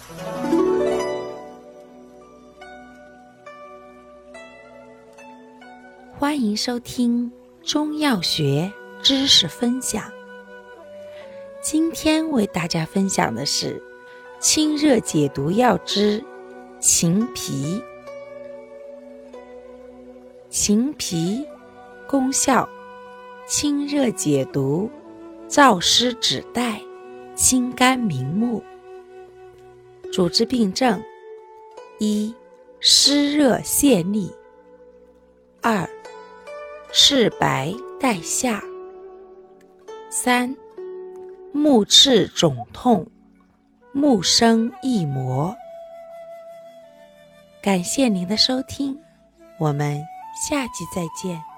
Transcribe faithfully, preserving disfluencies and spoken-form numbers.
欢迎收听中药学知识分享。今天为大家分享的是清热解毒药之秦皮。秦皮功效：清热解毒，燥湿止带，清肝明目。主治病症：一、湿热泄痢；二、赤白带下；三、目赤肿痛，目生翳膜。感谢您的收听，我们下期再见。